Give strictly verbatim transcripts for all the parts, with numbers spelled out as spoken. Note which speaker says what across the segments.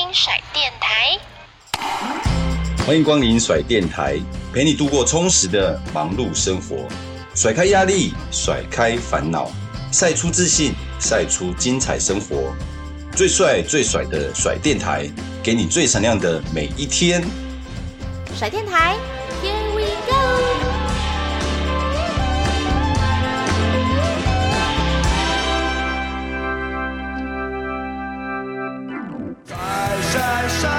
Speaker 1: 甩电台。
Speaker 2: 欢迎光临甩电台，陪你度过充实的忙碌生活，甩开压力，甩开烦恼，晒出自信，晒出精彩生活。最帅最甩的甩电台，给你最闪亮的每一天。
Speaker 1: 甩电台 ，Here we go！
Speaker 3: 甩甩甩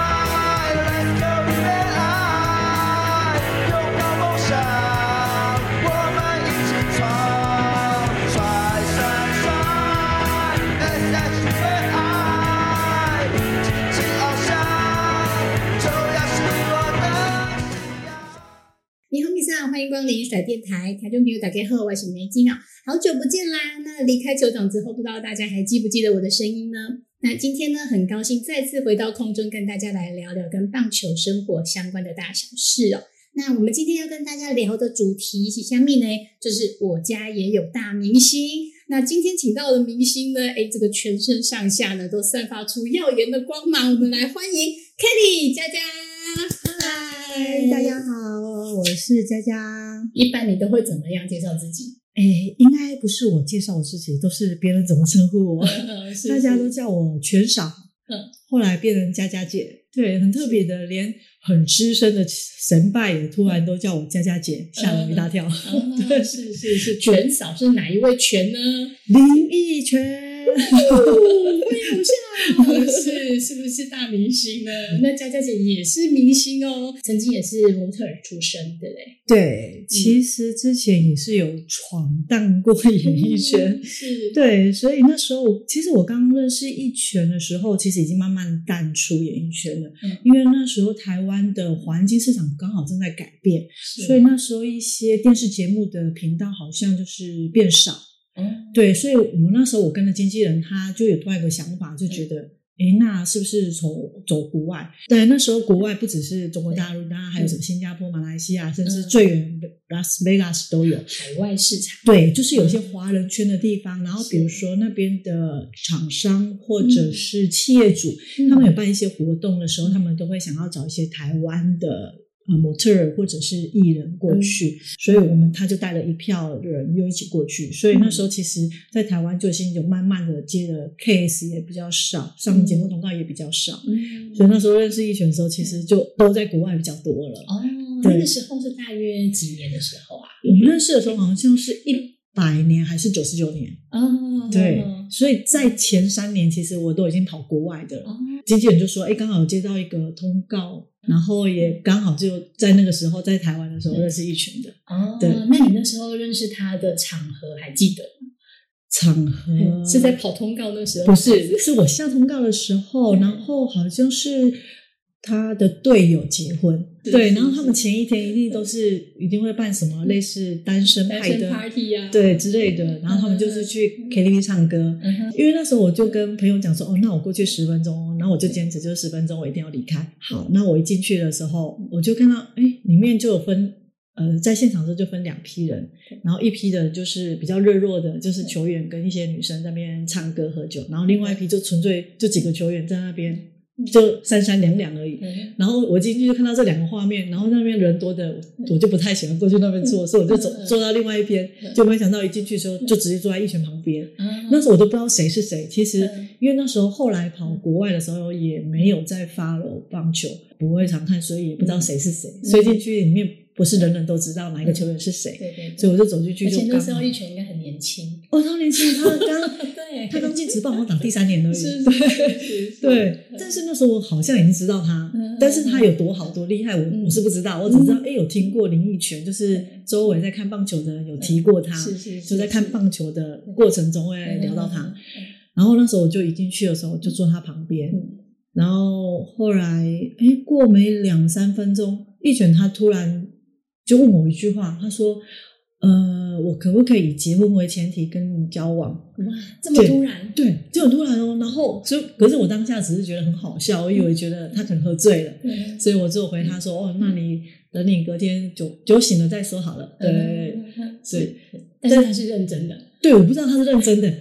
Speaker 3: ，Let's go 恋爱，拥抱梦想，我们一起闯。甩甩甩 ，S H 为爱，尽情翱翔，就要是我的信仰。
Speaker 4: 你好，米桑，欢迎光临甩电台，听众朋友大家好，我是梅金啊，好久不见啦！那离开球场之后，不知道大家还记不记得我的声音呢？那今天呢，很高兴再次回到空中，跟大家来聊聊跟棒球生活相关的大小事哦。那我们今天要跟大家聊的主题是下面呢，就是我家也有大明星。那今天请到的明星呢，诶，这个全身上下呢都散发出耀眼的光芒，我们来欢迎 Kelly 佳佳。
Speaker 5: 嗨，大家好，我是佳佳。
Speaker 4: 一般你都会怎么样介绍自己？
Speaker 5: 诶，应该不是我介绍我自己，都是别人怎么称呼我。
Speaker 4: 嗯、是
Speaker 5: 大家都叫我全嫂，
Speaker 4: 嗯，
Speaker 5: 后来变成佳佳姐，对，很特别的，连很资深的神拜也突然都叫我佳佳姐，吓了一大跳。
Speaker 4: 嗯、对，是是是，全嫂是哪一位全呢？
Speaker 5: 林奕全。
Speaker 4: 会偶像是是不是大明星呢？那佳佳姐也是明星哦，曾经也是模特儿出身的嘞。
Speaker 5: 对，其实之前也是有闯荡过演艺圈，
Speaker 4: 嗯、是，
Speaker 5: 对，所以那时候其实我刚认识奕全的时候，其实已经慢慢淡出演艺圈了，
Speaker 4: 嗯、
Speaker 5: 因为那时候台湾的黄金市场刚好正在改变，所以那时候一些电视节目的频道好像就是变少。
Speaker 4: 嗯、
Speaker 5: 对，所以我们那时候我跟着经纪人，他就有突然一个想法，就觉得诶、嗯、那是不是从走国外？对，那时候国外不只是中国大陆，当然还有什么新加坡、马来西亚，甚至最远的拉斯维加斯都有
Speaker 4: 海外市场。
Speaker 5: 对，就是有些华人圈的地方，然后比如说那边的厂商或者是企业主，
Speaker 4: 嗯、
Speaker 5: 他们有办一些活动的时候，他们都会想要找一些台湾的呃，模特儿或者是艺人过去、嗯、所以我们他就带了一票人又一起过去，所以那时候其实在台湾就已经有慢慢的接的 case 也比较少，上节目通告也比较少、嗯、所以那时候认识奕全的时候其实就都在国外比较多了。
Speaker 4: 哦，那个时候是大约几年的时候啊？
Speaker 5: 我们认识的时候好像是一百年还是九十九年
Speaker 4: 哦，
Speaker 5: 对，所以在前三年其实我都已经跑国外的了、哦、经纪人就说诶刚好有接到一个通告，然后也刚好就在那个时候在台湾的时候认识奕全的。
Speaker 4: 哦，
Speaker 5: 对，
Speaker 4: 那你那时候认识他的场合还记得吗？
Speaker 5: 场合、
Speaker 4: 嗯、是在跑通告那时候？
Speaker 5: 不是，是我下通告的时候、嗯、然后好像是他的队友结婚，对，然后他们前一天一定都是一定会办什么类似单身派的
Speaker 4: party 啊，
Speaker 5: 对之类的，然后他们就是去 K T V 唱歌、嗯、因为那时候我就跟朋友讲说哦，那我过去十分钟，然后我就坚持就十分钟我一定要离开。好，那我一进去的时候我就看到诶里面就有分呃，在现场的时候就分两批人，然后一批的就是比较热络的，就是球员跟一些女生在那边唱歌喝酒，然后另外一批就纯粹就几个球员在那边就三三两两而已、嗯、然后我进去就看到这两个画面，然后那边人多的我就不太喜欢过去那边坐、嗯、所以我就走坐到另外一边、嗯、就没想到一进去的时候就直接坐在奕全旁边、嗯、那时候我都不知道谁是谁，其实因为那时候后来跑国外的时候也没有在 follow 棒球，不会常看，所以也不知道谁是谁、嗯、所以进去里面不是人人都知道哪一个球员是谁、嗯、对对对，所以我就走进去就刚好，
Speaker 4: 而且那时候奕全应该很年轻
Speaker 5: 哦，他年轻，他刚对，他刚进职棒，我打第三年而已，
Speaker 4: 是
Speaker 5: 对
Speaker 4: 是是
Speaker 5: 对，但是那时候我好像已经知道他、嗯、但是他有多好多厉害我、嗯、我是不知道，我只知道诶、嗯、有听过林奕全，就是周围在看棒球的人有提过他、嗯、是是是，就在看棒球的过程中会聊到他、嗯嗯、然后那时候我就一进去的时候就坐他旁边、嗯、然后后来诶过没两三分钟，奕全他突然就问我一句话，他说呃，我可不可以以结婚为前提跟你交往？
Speaker 4: 哇，这么突然？
Speaker 5: 对，就很突然哦。然后，所以可是我当下只是觉得很好笑，我以为觉得他可能喝醉了，嗯、所以我就回他说：“哦，那你等你隔天酒酒醒了再说好了。”对、嗯、对，
Speaker 4: 但是他是认真的。
Speaker 5: 对，我不知道他是认真的。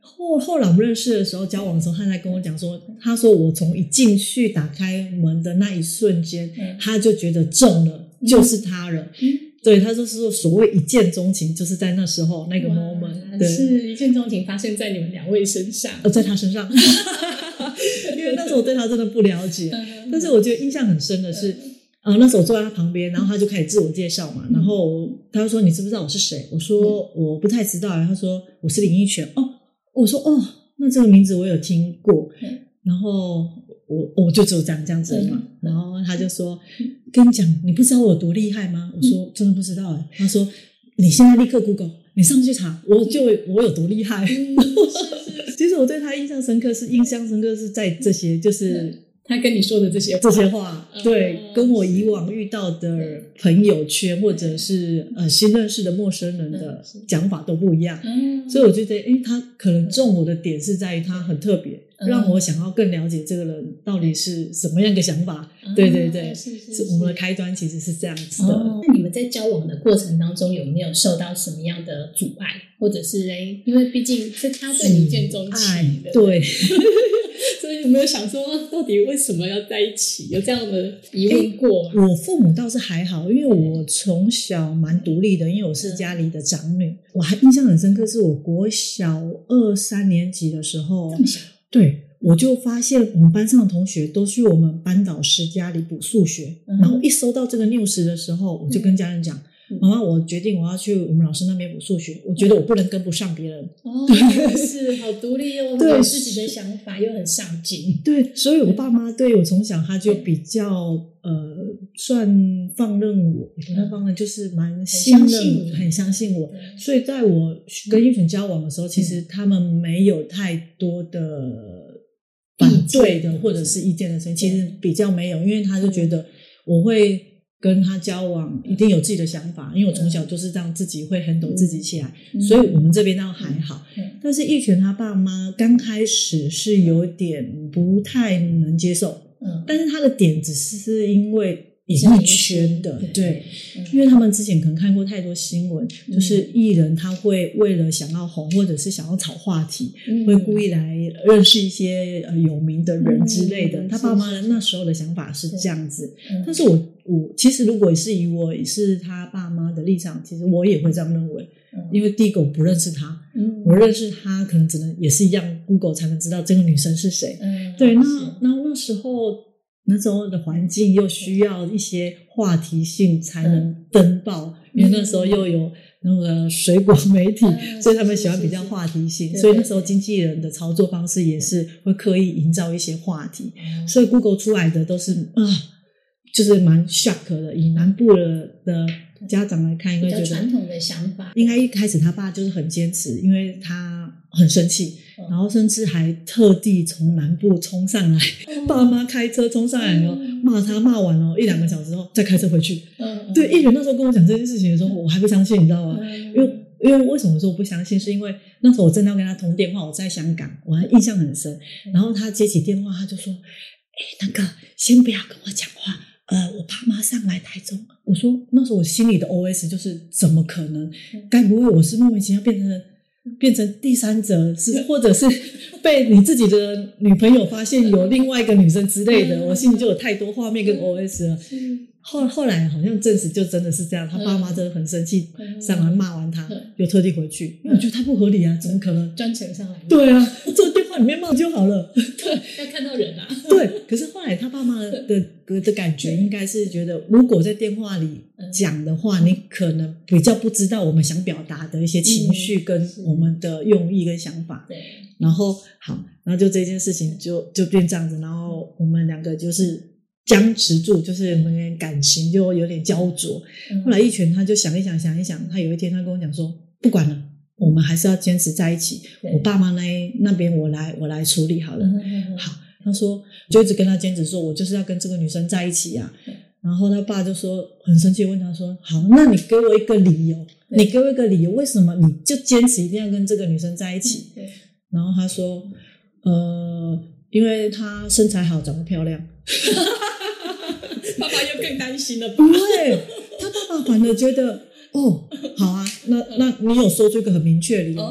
Speaker 5: 后后来我们认识的时候，交往的时候，他才跟我讲说，他说我从一进去打开门的那一瞬间，嗯、他就觉得中了，嗯、就是他了。嗯、对，他就是说所谓一见钟情，就是在那时候那个 moment， 对，
Speaker 4: 是一见钟情发生在你们两位身上，
Speaker 5: 呃，在他身上，因为那时候我对他真的不了解，但是我觉得印象很深的是。呃，那时候我坐在他旁边，然后他就开始自我介绍嘛，然后他就说你知不知道我是谁？我说我不太知道。他说我是林益全。哦，我说哦，那这个名字我有听过。然后我我就只有讲这样子嘛，然后他就说跟你讲，你不知道我有多厉害吗？我说真的不知道哎。他说你现在立刻 Google， 你上去查，我就我有多厉害。其实我对他印象深刻是印象深刻是在这些就是。
Speaker 4: 他跟你说的这些话
Speaker 5: 这些话，对，哦、跟我以往遇到的朋友圈或者是呃新认识的陌生人的讲法都不一样，嗯、所以我觉得，诶，他可能中我的点是在于他很特别，嗯、让我想要更了解这个人到底是什么样的想法。嗯、对对对，
Speaker 4: 是是
Speaker 5: 是我们的开端其实是这样子的。
Speaker 4: 哦、那你们在交往的过程当中有没有受到什么样的阻碍，或者是诶，因为毕竟是他对你一见钟情的，
Speaker 5: 对。
Speaker 4: 所以有没有想说到底为什么要在一起？有这样的疑问过吗？
Speaker 5: 我父母倒是还好，因为我从小蛮独立的，因为我是家里的长女。我还印象很深刻，是我国小二三年级的时候，
Speaker 4: 这么小，
Speaker 5: 对，我就发现我们班上的同学都去我们班导师家里补数学，嗯、然后一收到这个 news 的时候，我就跟家人讲。嗯妈妈，我决定我要去我们老师那边补数学，我觉得我不能跟不上别人。
Speaker 4: 哦，是好独立又有自己的想法，又很上进。
Speaker 5: 对，所以我爸妈对我从小他就比较呃，算放任我，也不算放任，就是蛮信任，很相信我。所以在我跟益全交往的时候，其实他们没有太多的反对的或者是意见的声音，其实比较没有，因为他就觉得我会。跟他交往一定有自己的想法，因为我从小就是这样自己会 handle 自己起来，嗯、所以我们这边倒还好。嗯、但是益全他爸妈刚开始是有点不太能接受，嗯、但是他的点只是因为演艺圈的，对，对嗯、因为他们之前可能看过太多新闻，嗯、就是艺人他会为了想要红或者是想要炒话题，嗯、会故意来认识一些呃有名的人之类的。嗯、他爸妈那时候的想法是这样子，嗯、但是我我其实如果是以我是他爸妈的立场，其实我也会这样认为，嗯、因为第一个我不认识他，嗯、我认识他可能只能也是一样 Google 才能知道这个女生是谁。嗯、对，那那那时候。那时候的环境又需要一些话题性才能登报，嗯、因为那时候又有那个水果媒体，嗯、所以他们喜欢比较话题性，所以那时候经纪人的操作方式也是会刻意营造一些话题，嗯、所以 Google 出来的都是啊，就是蛮 shock 的。以南部的的家长来看，应该觉得
Speaker 4: 比较传统的想法，
Speaker 5: 应该一开始他爸就是很坚持，因为他很生气。然后甚至还特地从南部冲上来，嗯、爸妈开车冲上来哦，嗯、骂他骂完了一两个小时后再开车回去。嗯、对，益全那时候跟我讲这件事情的时候，我还不相信，你知道吗？嗯、因为因为为什么说我不相信？是因为那时候我正要跟他通电话，我在香港，我还印象很深。然后他接起电话，他就说：“哎，那个先不要跟我讲话，呃，我爸妈上来台中。”我说那时候我心里的 O S 就是怎么可能？该不会我是莫名其妙变成？变成第三者是，或者是被你自己的女朋友发现有另外一个女生之类的，我心里就有太多画面跟 O S 了。后后来好像证实就真的是这样，他爸妈真的很生气，上来骂完他，又特地回去，因为我觉得太不合理啊，怎么可能
Speaker 4: 专程上来？
Speaker 5: 对啊，这个电话里面骂就好了。
Speaker 4: 对，要看到人啊。
Speaker 5: 对，可是后来他爸妈的的的感觉应该是觉得，如果在电话里讲的话，你可能比较不知道我们想表达的一些情绪跟我们的用意跟想法。对，然后好，然后就这件事情就就变这样子，然后我们两个就是僵持住，就是我们感情就有点焦灼。嗯、后来益全他就想一想想一想，他有一天他跟我讲说，不管了，我们还是要坚持在一起。我爸妈那那边我来我来处理好了。嗯、好，他说就一直跟他坚持说，我就是要跟这个女生在一起啊。然后他爸就说很生气，问他说：“好，那你给我一个理由，你给我一个理由，为什么你就坚持一定要跟这个女生在一起？”嗯、然后他说：“呃，因为她身材好，长得漂亮。”
Speaker 4: 爸爸又更担心了吧？
Speaker 5: 对，他爸爸反而觉得哦，好啊，那那你有说出一个很明确的理由。哦，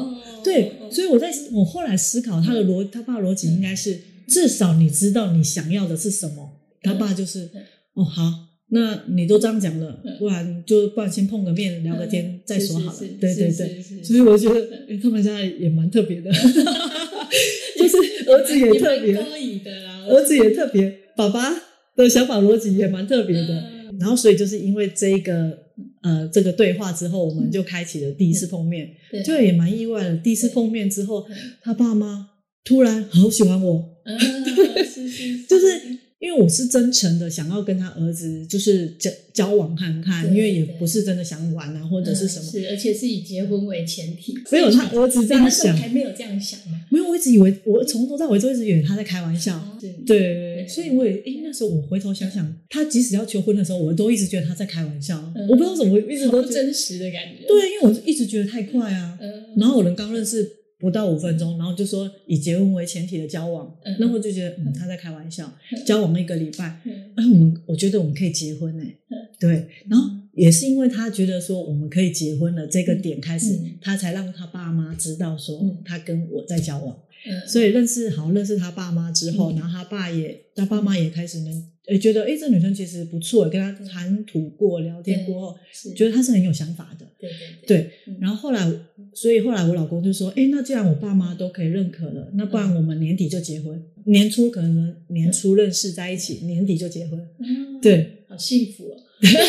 Speaker 5: 对，所以我在我后来思考他的逻他爸的逻辑应该是至少你知道你想要的是什么。他爸就是哦好，那你都这样讲了，不然就不然先碰个面聊个天再说好了。对对对，所以我觉得诶他们家也蛮特别的，就是儿子也特别，
Speaker 4: 高以的啦，
Speaker 5: 儿子也特别，爸爸的想法逻辑也蛮特别的。嗯、然后所以就是因为这个呃这个对话之后，我们就开启了第一次碰面，嗯、就也蛮意外的。第一次碰面之后，他爸妈突然好喜欢我，
Speaker 4: 嗯、是是是
Speaker 5: 就是。因为我是真诚的想要跟他儿子就是交交往看看，因为也不是真的想玩啊或者是什么、
Speaker 4: 嗯、是，而且是以结婚为前提。
Speaker 5: 没有，他儿子这样想，
Speaker 4: 还没有这样想吗？
Speaker 5: 没有，我一直以为我从头到尾都一直以为他在开玩笑、哦、对, 对，所以我也诶那时候我回头想想，他即使要求婚的时候我都一直觉得他在开玩笑、嗯、我不知道怎么一直都
Speaker 4: 不真实的感觉。
Speaker 5: 对，因为我一直觉得太快啊、嗯、然后我们刚认识不到五分钟，然后就说以结婚为前提的交往，然后、嗯、我就觉得嗯他在开玩笑，嗯、交往一个礼拜，嗯、哎我们我觉得我们可以结婚哎、嗯，对，然后也是因为他觉得说我们可以结婚了这个点开始，嗯、他才让他爸妈知道说他跟我在交往，嗯、所以认识好认识他爸妈之后，嗯、然后他爸也他爸妈也开始能。诶觉得诶这女生其实不错，跟她谈吐过聊天过后，觉得她是很有想法的。
Speaker 4: 对对对。
Speaker 5: 对，嗯、然后后来，所以后来我老公就说：“诶那既然我爸妈都可以认可了，那不然我们年底就结婚。嗯、年初可能年初认识在一起，嗯、年底就结婚。嗯”对，
Speaker 4: 好幸福哦。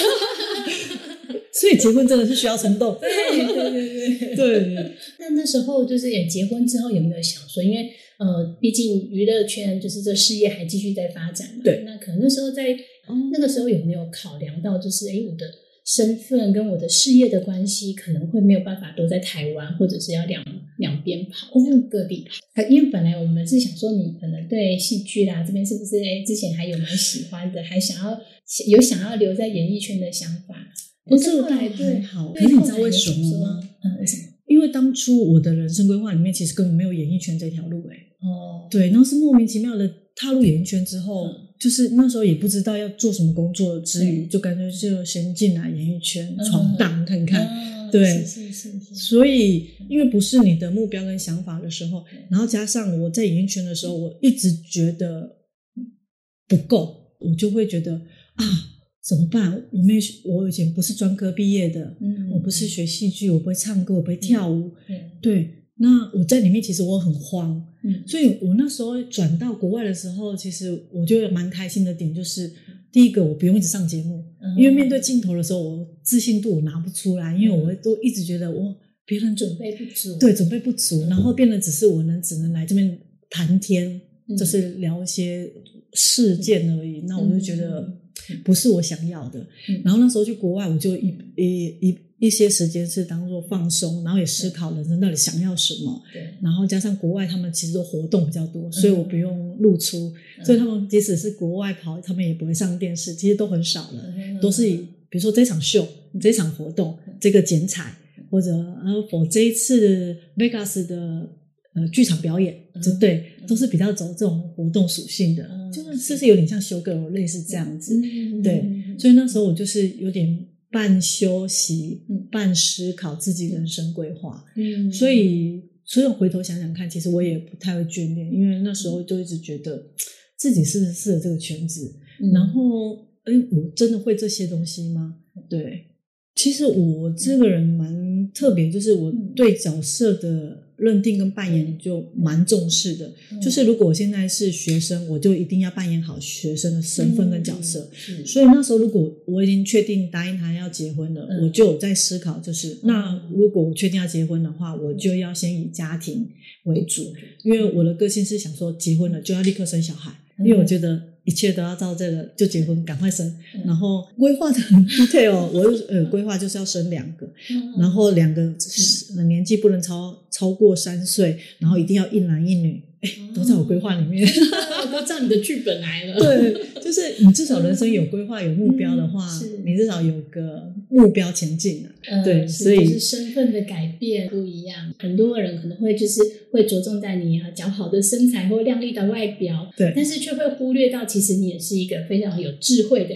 Speaker 5: 所以结婚真的是需要冲动。
Speaker 4: 对对对对
Speaker 5: 对。
Speaker 4: 那那时候就是也结婚之后有没有想说，因为呃，毕竟娱乐圈就是这事业还继续在发展嘛。
Speaker 5: 对。
Speaker 4: 那可能那时候在、嗯、那个时候有没有考量到，就是诶我的身份跟我的事业的关系，可能会没有办法都在台湾，或者是要两两边跑，哦、各地跑。因为本来我们是想说，你可能对戏剧啦这边是不是诶之前还有蛮喜欢的，还想要有想要留在演艺圈的想法。
Speaker 5: 不是后来对好，可是你知道为什么吗？
Speaker 4: 嗯，为什么？
Speaker 5: 因为当初我的人生规划里面其实根本没有演艺圈这条路诶、欸、哦，对，然后是莫名其妙的踏入演艺圈之后、嗯、就是那时候也不知道要做什么工作之余、嗯、就干脆就先进来演艺圈、嗯、闯荡看看、嗯、对，
Speaker 4: 是是是是，
Speaker 5: 所以因为不是你的目标跟想法的时候、嗯、然后加上我在演艺圈的时候我一直觉得不够，我就会觉得啊怎么办？我没有，我以前不是专科毕业的，嗯，我不是学戏剧，我不会唱歌，我不会跳舞，嗯，对。那我在里面其实我很慌，嗯，所以我那时候转到国外的时候，其实我觉得蛮开心的点就是，第一个我不用一直上节目，嗯、因为面对镜头的时候，我自信度我拿不出来，因为我都一直觉得我别人
Speaker 4: 准备不足，
Speaker 5: 对，准备不足，然后变得只是我能只能来这边谈天，嗯、就是聊一些事件而已，嗯、那我就觉得。嗯不是我想要的、嗯、然后那时候去国外我就一一一一些时间是当作放松，然后也思考人生到底想要什么，对，然后加上国外他们其实都活动比较多、嗯、所以我不用露出、嗯、所以他们即使是国外跑他们也不会上电视，其实都很少了、嗯、都是以比如说这场秀这场活动这个剪彩或者呃否这一次 Vegas 的呃剧场表演就对、嗯、都是比较走这种活动属性的、嗯、就是是有点像修 girl 类似这样子、嗯、对、嗯、所以那时候我就是有点半休息、嗯、半思考自己人生规划、嗯、所以所以回头想想看其实我也不太会眷恋，因为那时候就一直觉得自己是不是适合这个圈子、嗯、然后诶我真的会这些东西吗？对，其实我这个人蛮特别，就是我对角色的认定跟扮演就蛮重视的、嗯、就是如果我现在是学生我就一定要扮演好学生的身份跟角色、嗯、所以那时候如果我已经确定答应他要结婚了、嗯、我就有在思考就是、嗯、那如果我确定要结婚的话我就要先以家庭为主、嗯、因为我的个性是想说结婚了就要立刻生小孩、嗯、因为我觉得一切都要照这个就结婚赶快生、嗯、然后规划的很 detail 我呃规划就是要生两个、嗯、然后两个、嗯、年纪不能超超过三岁，然后一定要一男一女，哎，都在我规划里面、
Speaker 4: 哦、都照你的剧本来了。
Speaker 5: 对，就是你至少人生有规划有目标的话、嗯、你至少有个目标前进、啊
Speaker 4: 嗯、对，所以就是身份的改变不一样，很多人可能会就是会着重在你啊姣好的身材或靓丽的外表，
Speaker 5: 对，
Speaker 4: 但是却会忽略到其实你也是一个非常有智慧的人，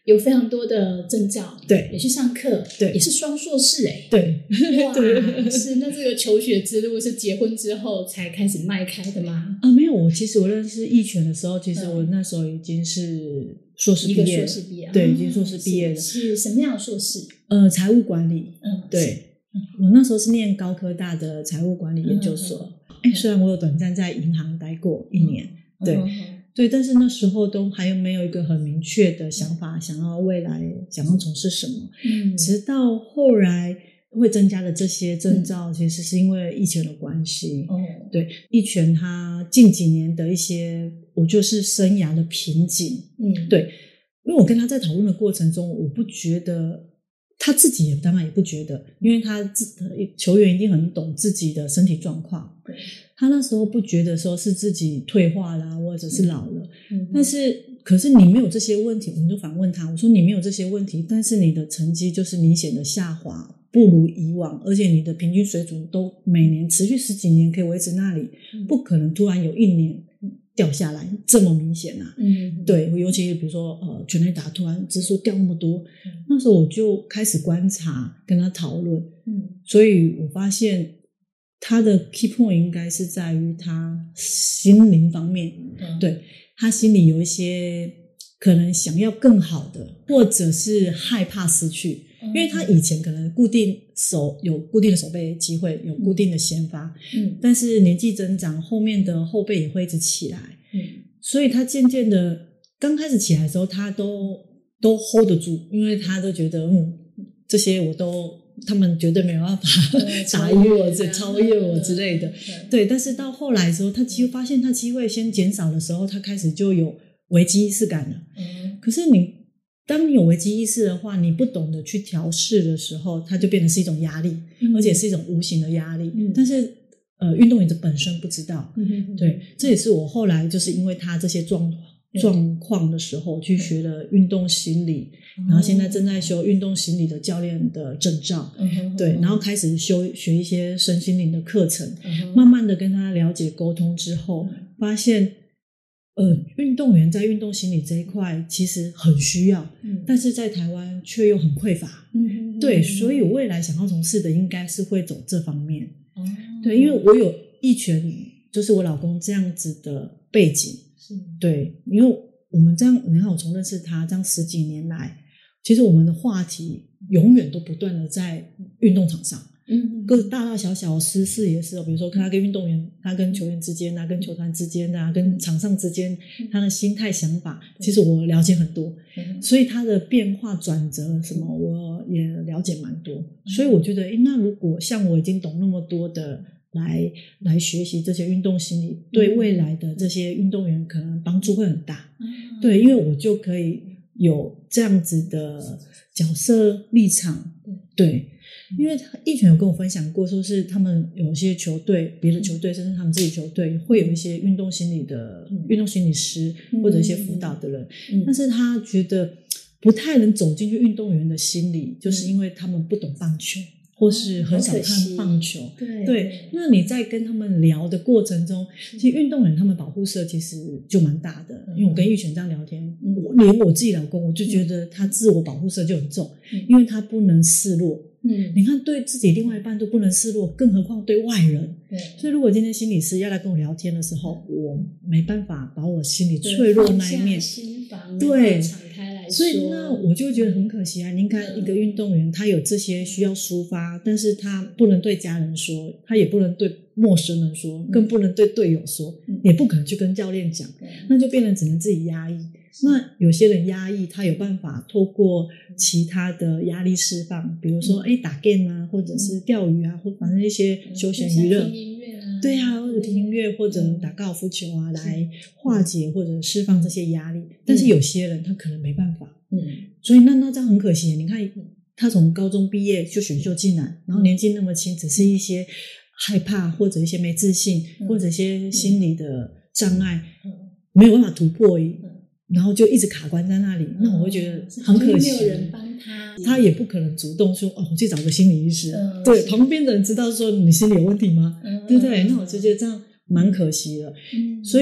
Speaker 4: 有非常多的证照，
Speaker 5: 对
Speaker 4: 也去上课，
Speaker 5: 对
Speaker 4: 也是双硕士哎，
Speaker 5: 对
Speaker 4: 哇，
Speaker 5: 对
Speaker 4: 是那这个求学之路是结婚之后才开始迈开的吗？
Speaker 5: 啊，没有，我其实我认识义全的时候，其实我那时候已经是硕士毕业了，
Speaker 4: 一个硕士毕业，
Speaker 5: 对，
Speaker 4: 哦
Speaker 5: 已经硕士毕业了。
Speaker 4: 是, 是什么样的硕士？
Speaker 5: 呃，财务管理，
Speaker 4: 嗯，
Speaker 5: 对，我那时候是念高科大的财务管理研究所。哎、嗯嗯，虽然我有短暂在银行待过一年，嗯、对。嗯对，但是那时候都还没有一个很明确的想法，想要未来想要从事什么。嗯，直到后来会增加的这些证照，嗯、其实是因为义全的关系。哦，对，义全他近几年的一些，我就是生涯的瓶颈。嗯，对，因为我跟他在讨论的过程中，我不觉得他自己也当然也不觉得，因为他自球员一定很懂自己的身体状况。对。他那时候不觉得说是自己退化啦，或者是老了，嗯、但是可是你没有这些问题，我们就反问他，我说你没有这些问题，但是你的成绩就是明显的下滑，不如以往，而且你的平均水准都每年持续十几年可以维持那里，嗯、不可能突然有一年掉下来这么明显啊。嗯，对，尤其比如说呃全垒打突然指数掉那么多，嗯、那时候我就开始观察跟他讨论，嗯，所以我发现他的 key point 应该是在于他心灵方面，嗯、对，他心里有一些可能想要更好的，或者是害怕失去，嗯、因为他以前可能固定守有固定的守备机会，有固定的先发，嗯、但是年纪增长，后面的后备也会一直起来，嗯、所以他渐渐的刚开始起来的时候，他都都 hold 得住，因为他都觉得嗯，这些我都。他们绝对没有办法打赢我、超越我之类的，对。但是到后来的时候，他机会发现他机会先减少的时候，他开始就有危机意识感了。嗯，可是你当你有危机意识的话，你不懂得去调试的时候，它就变成是一种压力，嗯、而且是一种无形的压力。嗯、但是呃，运动员的本身不知道，嗯、对，这也是我后来就是因为他这些状况。状况的时候去学了运动心理，嗯、然后现在正在修运动心理的教练的证照，嗯、对，然后开始修学一些身心灵的课程，嗯、慢慢的跟他了解沟通之后，嗯、发现呃，运动员在运动心理这一块其实很需要，嗯、但是在台湾却又很匮乏，嗯、对，所以我未来想要从事的应该是会走这方面，哦、对，因为我有义全就是我老公这样子的背景。对，因为我们这样，你看我从认识他这样十几年来，其实我们的话题永远都不断的在运动场上，嗯，各大大小小私事也是，比如说他跟运动员，他跟球员之间啊，跟球团之间啊，跟场上之间，他的心态想法，其实我了解很多，所以他的变化转折什么，我也了解蛮多，所以我觉得，诶，那如果像我已经懂那么多的。来来学习这些运动心理，对未来的这些运动员可能帮助会很大。嗯、对，因为我就可以有这样子的角色立场。对，因为义全有跟我分享过，说是他们有些球队，别的球队甚至他们自己球队会有一些运动心理的、嗯、运动心理师或者一些辅导的人，嗯、但是他觉得不太能走进去运动员的心理，就是因为他们不懂棒球。或是很少看棒球，哦、对, 对，那你在跟他们聊的过程中，其实运动员他们保护色其实就蛮大的。嗯、因为我跟义全这样聊天，嗯、我连我自己老公，我就觉得他自我保护色就很重，嗯、因为他不能示弱。嗯，你看对自己另外一半都不能示弱，更何况对外人。对，所以如果今天心理师要来跟我聊天的时候，我没办法把我心里脆弱那一面，
Speaker 4: 心房
Speaker 5: 对
Speaker 4: 敞开来说，
Speaker 5: 所以那我就觉得很可惜啊。您看一个运动员，他有这些需要抒发，但是他不能对家人说，他也不能对陌生人说，更不能对队友说，嗯、也不可能去跟教练讲，嗯、那就变成只能自己压抑。那有些人压抑，他有办法透过其他的压力释放，比如说哎、嗯、打 game 啊，或者是钓鱼啊，或反正一些休闲娱乐，
Speaker 4: 听音乐啊，
Speaker 5: 对啊，或者听音乐，或者打高尔夫球啊，来化解或者释放这些压力。但是有些人他可能没办法，嗯，所以那那这样很可惜。你看他从高中毕业就选秀进来，然后年纪那么轻，只是一些害怕或者一些没自信，嗯、或者一些心理的障碍，嗯、没有办法突破而已。嗯然后就一直卡关在那里，嗯、那我会觉得很可惜。
Speaker 4: 没有人帮他，
Speaker 5: 他也不可能主动说哦，我去找个心理医师。嗯、对，旁边的人知道说你心里有问题吗？嗯、对不对？那我就觉得这样蛮可惜的。嗯、所以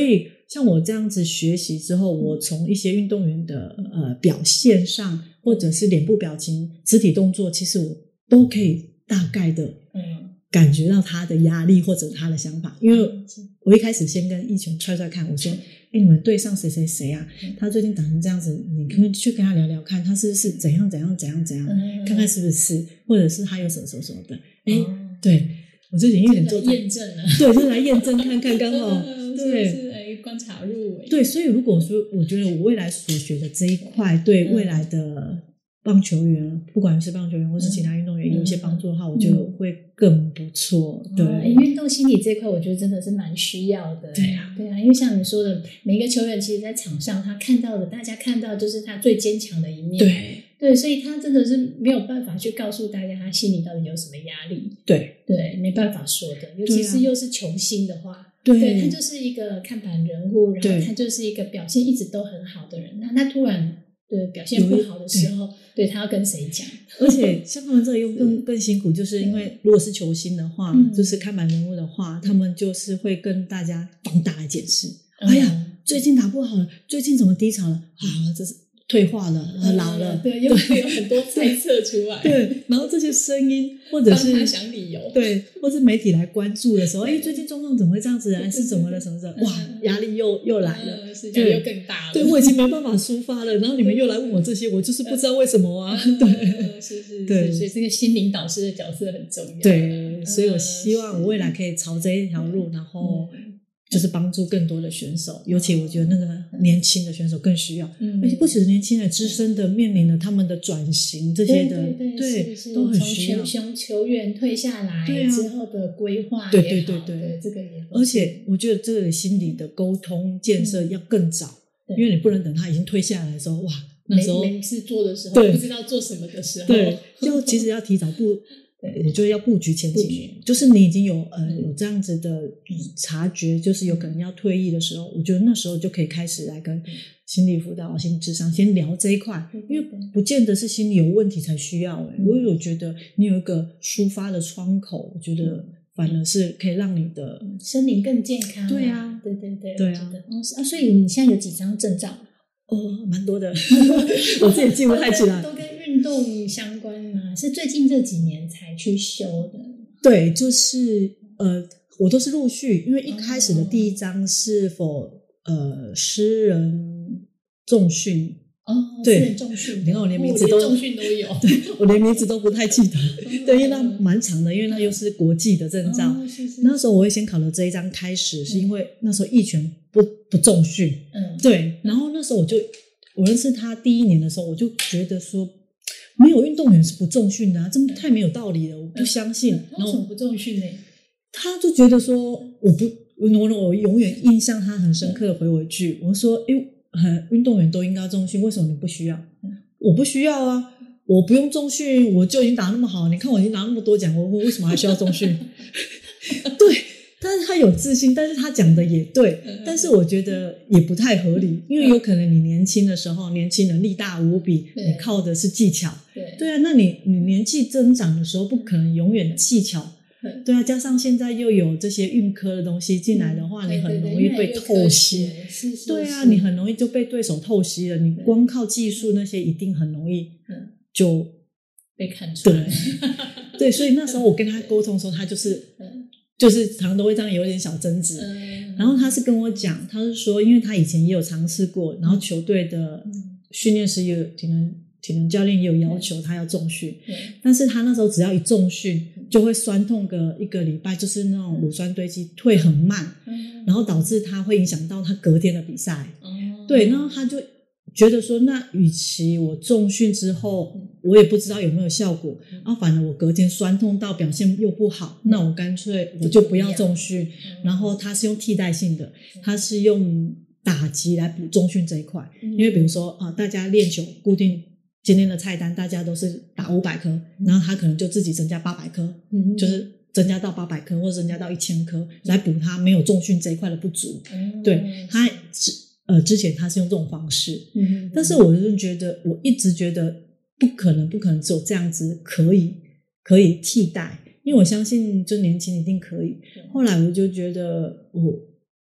Speaker 5: 像我这样子学习之后，我从一些运动员的呃表现上，或者是脸部表情、肢体动作，其实我都可以大概的
Speaker 4: 嗯
Speaker 5: 感觉到他的压力或者他的想法。因为我一开始先跟一拳踹踹看，我说：“哎，你们队上谁谁谁啊？他最近打成这样子，你可不可以去跟他聊聊看，他是不是怎样怎样怎样怎样，
Speaker 4: 嗯
Speaker 5: 看看是不是，或者是他有什么什么什么的。”哎、
Speaker 4: 哦
Speaker 5: 对。我最近有点做
Speaker 4: 验证了，
Speaker 5: 对，就是来验证看看，刚好对，
Speaker 4: 是是哎观察入围，
Speaker 5: 对，所以如果说我觉得我未来所学的这一块对未来的棒球员，不管是棒球员或是其他运动员有一些帮助的话，我觉得会更不错。对，
Speaker 4: 哎，运动心理这块，我觉得真的是蛮需要的。
Speaker 5: 对啊，
Speaker 4: 对啊，因为像你说的，每一个球员其实在场上他看到的，大家看到就是他最坚强的一面。
Speaker 5: 对。
Speaker 4: 对，所以他真的是没有办法去告诉大家他心里到底有什么压力。
Speaker 5: 对
Speaker 4: 对，没办法说的，尤其是又是球星的话，
Speaker 5: 对，
Speaker 4: 对他就是一个看板人物，然后他就是一个表现一直都很好的人。那他突然对表现不好的时候，对, 对他要跟谁讲？
Speaker 5: 而且像他们这个又更更辛苦，就是因为如果是球星的话，嗯、就是看板人物的话，他们就是会跟大家放大来解释。嗯、哎呀，最近打不好了，最近怎么低潮了？啊，这是。退化了，嗯、老了，
Speaker 4: 对，又会有很多猜测出来。
Speaker 5: 对，然后这些声音，或者是
Speaker 4: 帮他想理由，
Speaker 5: 对，或是媒体来关注的时候，哎，最近状况怎么会这样子？还是怎么了？什么的？哇，压力又又来了，
Speaker 4: 嗯、是压力又更大了。
Speaker 5: 对，我已经没办法抒发了，然后你们又来问我这些，我就是不知道为什么啊。对，
Speaker 4: 嗯、是是是，所以这个心灵导师的角色很重要。
Speaker 5: 对，所以我希望我未来可以朝这一条路，然后。就是帮助更多的选手，尤其我觉得那个年轻的选手更需要，嗯、而且不只是年轻的，资深的面临了他们的转型这些的，
Speaker 4: 对对 对, 对
Speaker 5: 是都很需要。
Speaker 4: 从球员退下来、啊、之后的规划，
Speaker 5: 对对对 对,
Speaker 4: 对，这个也。
Speaker 5: 而且我觉得这个心理的沟通建设要更早，嗯、因为你不能等他已经退下来的时候，哇，那时候
Speaker 4: 没事做的时候，不知道做什么的时候，
Speaker 5: 对，就其实要提早布。我觉得要布局前几年，就是你已经有呃有这样子的察觉，就是有可能要退役的时候，我觉得那时候就可以开始来跟心理辅导、心理咨商先聊这一块，因为不见得是心理有问题才需要、欸。我有觉得你有一个抒发的窗口，我觉得反而是可以让你的
Speaker 4: 身灵更健康、啊。
Speaker 5: 对啊，
Speaker 4: 对对对，
Speaker 5: 对啊。
Speaker 4: 啊，所以你现在有几张证照？
Speaker 5: 哦，蛮多的，我自己记不太起来。
Speaker 4: 都跟运动相关吗？是最近这几年才去修的？
Speaker 5: 对，就是呃，我都是陆续，因为一开始的第一章是否呃私人重训。
Speaker 4: 哦，
Speaker 5: 对，
Speaker 4: 私人重训，
Speaker 5: 你看我连名字都、
Speaker 4: 哦、重训都有，
Speaker 5: 对我连名字都不太记得，对，因为它蛮长的，因为它又是国际的证照。
Speaker 4: 哦、是是
Speaker 5: 那时候我会先考了这一章开始，是因为那时候一拳不不重训，嗯，对，然后那时候我就我认识他第一年的时候，我就觉得说，没有运动员是不重训的啊，这么太没有道理了，我不相信。
Speaker 4: 嗯、然后为什么不重训呢？
Speaker 5: 他就觉得说，我不，我我永远印象他很深刻的回我一句，我说，诶。很运动员都应该重训，为什么你不需要？嗯、我不需要啊，我不用重训，我就已经打那么好。你看我已经拿那么多奖，我为什么还需要重训？对，但是他有自信，但是他讲的也对，嗯、但是我觉得也不太合理，因为有可能你年轻的时候，年轻人力大无比，你靠的是技巧，
Speaker 4: 对
Speaker 5: 对啊，那你你年纪增长的时候，不可能永远技巧。对啊，加上现在又有这些运科的东西进来的话，嗯、你很容易被透析。对啊，你很容易就被对手透析了。你光靠技术那些，一定很容易就
Speaker 4: 被看出来。
Speaker 5: 对，对，所以那时候我跟他沟通的时候，他就是就是常常都会这样有点小争执。嗯、然后他是跟我讲，他是说，因为他以前也有尝试过，然后球队的训练师也有体能。体能教练也有要求他要重训，但是他那时候只要一重训就会酸痛个一个礼拜，就是那种乳酸堆积退很慢，嗯、然后导致他会影响到他隔天的比赛。嗯、对，然后他就觉得说，那与其我重训之后我也不知道有没有效果，然后反而我隔天酸痛到表现又不好，那我干脆我就不要重训。然后他是用替代性的，他是用打击来补重训这一块，因为比如说啊，大家练球固定。今天的菜单大家都是打五百颗，然后他可能就自己增加八百颗，嗯、就是增加到八百颗或者增加到一千颗来补他没有重训这一块的不足。嗯、对，他呃之前他是用这种方式，嗯、但是我就觉得我一直觉得不可能不可能只有这样子可以可以替代，因为我相信就年轻一定可以。后来我就觉得我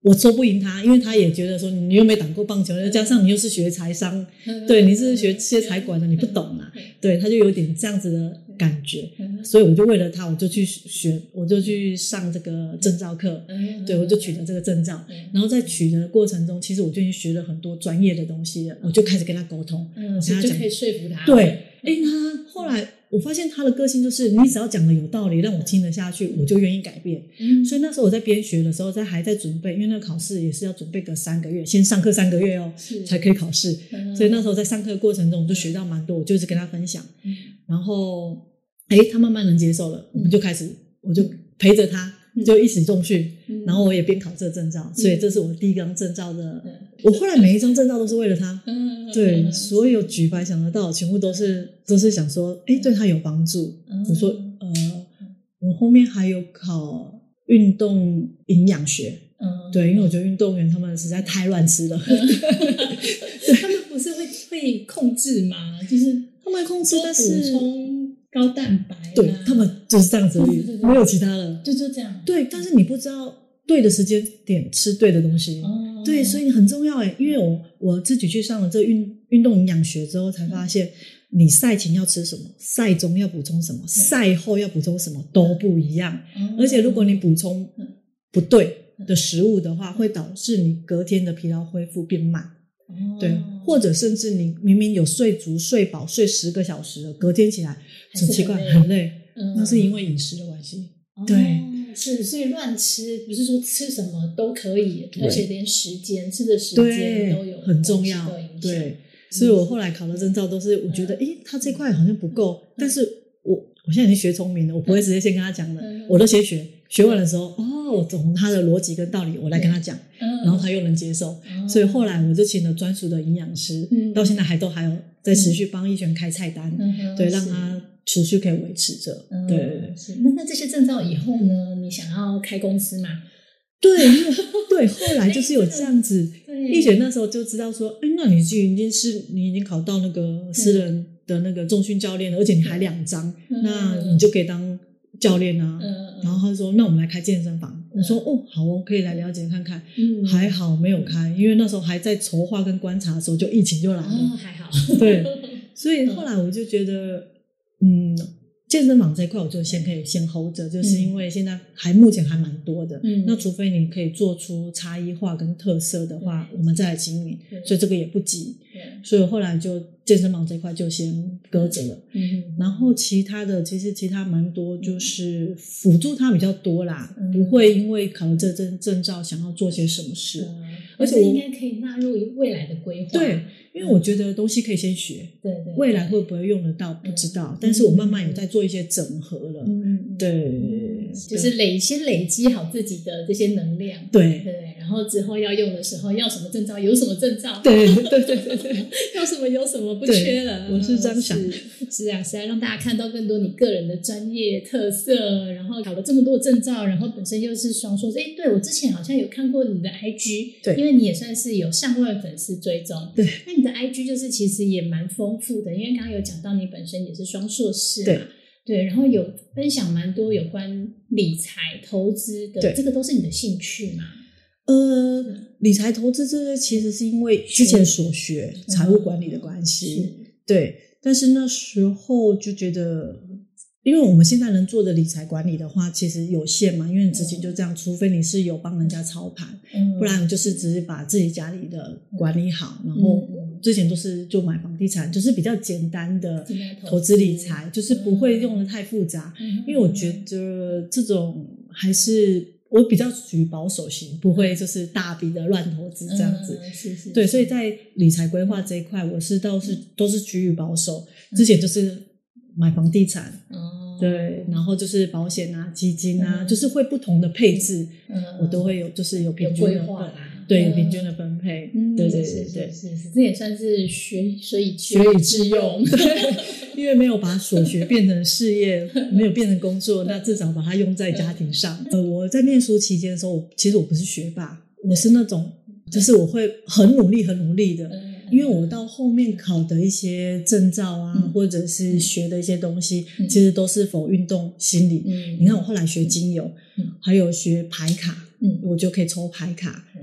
Speaker 5: 我说不赢他，因为他也觉得说你又没打过棒球，再加上你又是学财商，对，你是学些财管的，你不懂啊，对，他就有点这样子的感觉，所以我就为了他，我就去学，我就去上这个证照课，对，我就取得这个证照，然后在取得的过程中，其实我就已经学了很多专业的东西了，我就开始跟他沟通，
Speaker 4: 嗯，所以就可以说服他，
Speaker 5: 对，诶，他后来我发现他的个性就是你只要讲的有道理，让我听得下去，我就愿意改变。嗯，所以那时候我在边学的时候，在还在准备，因为那个考试也是要准备个三个月，先上课三个月哦，才可以考试。嗯，所以那时候在上课的过程中，我就学到蛮多，我就是跟他分享。嗯，然后诶他慢慢能接受了，我们就开始，我就陪着他。就一起重训，嗯，然后我也边考这个证照，嗯，所以这是我第一张证照的，嗯，我后来每一张证照都是为了他，嗯，对，嗯，所有举白想得到全部都是都是想说诶对他有帮助，嗯，我说呃我后面还有考运动营养学，嗯，对，因为我觉得运动员他们实在太乱吃了，嗯，
Speaker 4: 他们不是会会控制吗？就是
Speaker 5: 他们会控制，但是
Speaker 4: 补充高蛋白，啊，
Speaker 5: 对，他们就是这样子而已，没有其他的，
Speaker 4: 就就这样。
Speaker 5: 对，但是你不知道对的时间点吃对的东西，哦，对，所以很重要诶。因为我我自己去上了这个运运动营养学之后，才发现你赛前要吃什么，赛中要补充什么，嗯，赛后要补充什么都不一样，嗯，而且如果你补充不对的食物的话，会导致你隔天的疲劳恢复变慢。哦，对，或者甚至你明明有睡足睡饱睡十个小时了，隔天起来很奇怪很累，嗯，那是因为饮食的关系，哦，对，
Speaker 4: 是，所以乱吃不是说吃什么都可以，而且连时间吃的时间都有
Speaker 5: 很重要，对，所以我后来考的证照都是我觉得诶他这块好像不够，嗯，但是我我现在已经学聪明了，我不会直接先跟他讲了，嗯，我都先学学完的时候哦我懂他的逻辑跟道理，我来跟他讲，嗯，然后他又能接受，嗯，所以后来我就请了专属的营养师，嗯，到现在还都还有在持续帮一璇开菜单，嗯，对，让他持续可以维持着，嗯，对对对，
Speaker 4: 是。那那这些证照以后呢？你想要开公司吗？
Speaker 5: 对，因为对，后来就是有这样子，一璇那时候就知道说，哎，那你就已经是你已经考到那个私人的那个重训教练了，而且你还两张，嗯，那你就可以当教练啊，嗯，然后他说那我们来开健身房，嗯，我说哦好哦，可以来了解看看，嗯，还好没有开，因为那时候还在筹划跟观察的时候就疫情就来了，
Speaker 4: 哦，还好，
Speaker 5: 对，所以后来我就觉得嗯健身房这一块我就先可以先 hold 着，就是因为现在还目前还蛮多的，嗯，那除非你可以做出差异化跟特色的话，我们再来经营，所以这个也不急，所以我后来就健身房这一块就先搁着了，嗯，然后其他的其实其他蛮多就是辅助它比较多啦，嗯，不会因为考了这证证照想要做些什么事，嗯，
Speaker 4: 而且应该可以纳入未来的规划，
Speaker 5: 对，因为我觉得东西可以先学，对对，未来会不会用得到不知道，嗯，但是我慢慢有在做一些整合了，嗯，对，
Speaker 4: 就是累先累积好自己的这些能量，
Speaker 5: 对
Speaker 4: 对，然后之后要用的时候要什么证照有什么证照，
Speaker 5: 对对对对对，
Speaker 4: 要什么有什么不缺了，
Speaker 5: 我是这样想，
Speaker 4: 是是啊是啊，让大家看到更多你个人的专业特色，然后考了这么多证照，然后本身又是双硕士，诶，对，我之前好像有看过你的 I G， 对，因为你也算是有上万粉丝追踪，对，那你的 I G 就是其实也蛮丰富的，因为刚刚有讲到你本身也是双硕士嘛，对对，然后有分享蛮多有关理财投资的，这个都是你的兴趣吗？
Speaker 5: 呃，理财投资这个其实是因为之前所学财务管理的关系，嗯，对，但是那时候就觉得因为我们现在能做的理财管理的话其实有限嘛，因为你资金就这样，嗯，除非你是有帮人家操盘，嗯，不然就是只是把自己家里的管理好，嗯，然后之前都是就买房地产，就是比较简单的投资理财，就是不会用的太复杂，嗯，因为我觉得这种还是我比较属于保守型，不会就是大笔的乱投资这样子，嗯，是是，对，所以在理财规划这一块我是倒是都是趋于保守，之前就是买房地产，哦，对，然后就是保险啊基金啊，嗯，就是会不同的配置，嗯，我都会有就是有平均的
Speaker 4: 规划啦，
Speaker 5: 对，有平均的分配，嗯，对对对对，
Speaker 4: 是是是，这也算是学所以
Speaker 5: 学以致用，因为没有把所学变成事业，没有变成工作，那至少把它用在家庭上。呃，我在念书期间的时候，其实我不是学霸，我是那种就是我会很努力很努力的，因为我到后面考的一些证照啊，嗯，或者是学的一些东西，嗯，其实都是否运动心理，嗯，你看我后来学精油，嗯，还有学牌卡，嗯，我就可以抽牌卡，嗯，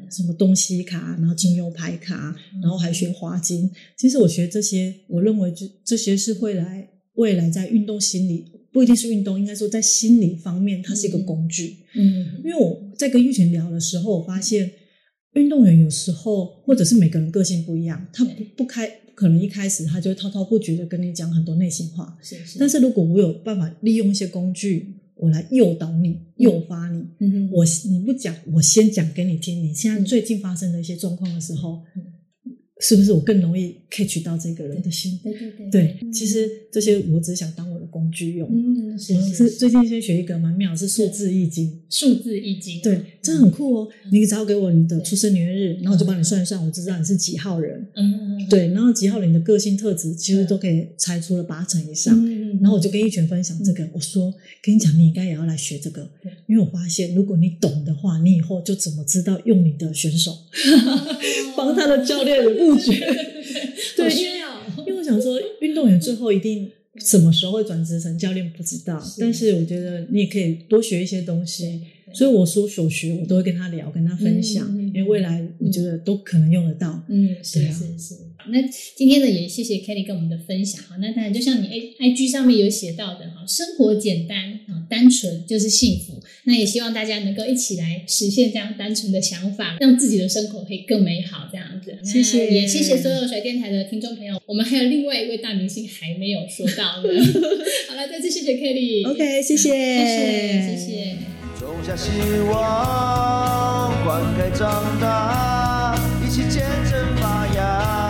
Speaker 5: 什么东西卡，然后金牛牌卡，然后还学花精。其实我学这些，我认为这这些是会来未来在运动心理，不一定是运动，应该说在心理方面它是一个工具。嗯，因为我在跟玉泉聊的时候，我发现运动员有时候或者是每个人个性不一样，他不不开可能一开始他就会滔滔不绝的跟你讲很多内心话，是是，但是如果我有办法利用一些工具，我来诱导你、诱发你，嗯、我你不讲，我先讲给你听，你现在最近发生的一些状况的时候，嗯、是不是我更容易 catch 到这个人的心？对对对，对，嗯、其实这些我只想当我的工具用。嗯，是是是。最近先学一个蛮妙，是数字易经。
Speaker 4: 数字易经，
Speaker 5: 对，这很酷哦。你只要给我你的出生年月日，然后我就帮你算一算，我知道你是几号人。嗯，对，然后几号人你的个性特质其实都可以猜出了八成以上。嗯，然后我就跟一泉分享这个，我说跟你讲，你应该也要来学这个，因为我发现如果你懂的话，你以后就怎么知道用你的选手帮他的教练有布局。对，因为因为我想说，运动员最后一定什么时候会转职成教练不知道，是但是我觉得你也可以多学一些东西，所以我所所学我都会跟他聊，跟他分享，嗯、因为未来我觉得都可能用得到。嗯，
Speaker 4: 是是是。那今天呢，也谢谢 Kelly 跟我们的分享哈。那当然，就像你 I G 上面有写到的哈，生活简单啊，单纯就是幸福。那也希望大家能够一起来实现这样单纯的想法，让自己的生活可以更美好这样子。
Speaker 5: 谢谢，
Speaker 4: 也谢谢所有甩电台的听众朋友。我们还有另外一位大明星还没有说到呢。好了，再次谢谢
Speaker 5: Kelly。OK， 谢谢，
Speaker 4: 谢谢，谢谢。
Speaker 3: 种下希望，灌溉长大，一起见证发芽。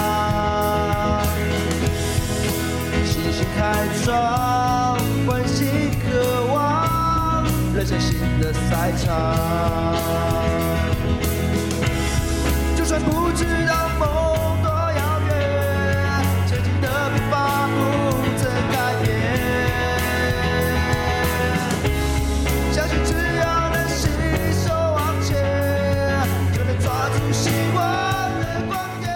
Speaker 3: 信心开创，欢喜渴望，人生新的赛场。就算不知道梦多遥远，前进的步伐不曾改变。相信只要能携手往前，就能抓住希望的光点。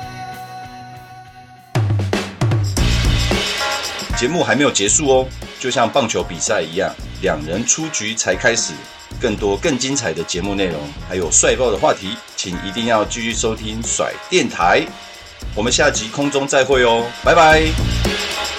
Speaker 2: 节目还没有结束哦，就像棒球比赛一样，两人出局才开始。更多更精彩的节目内容，还有帅爆的话题，请一定要继续收听甩电台。我们下集空中再会哦，拜拜。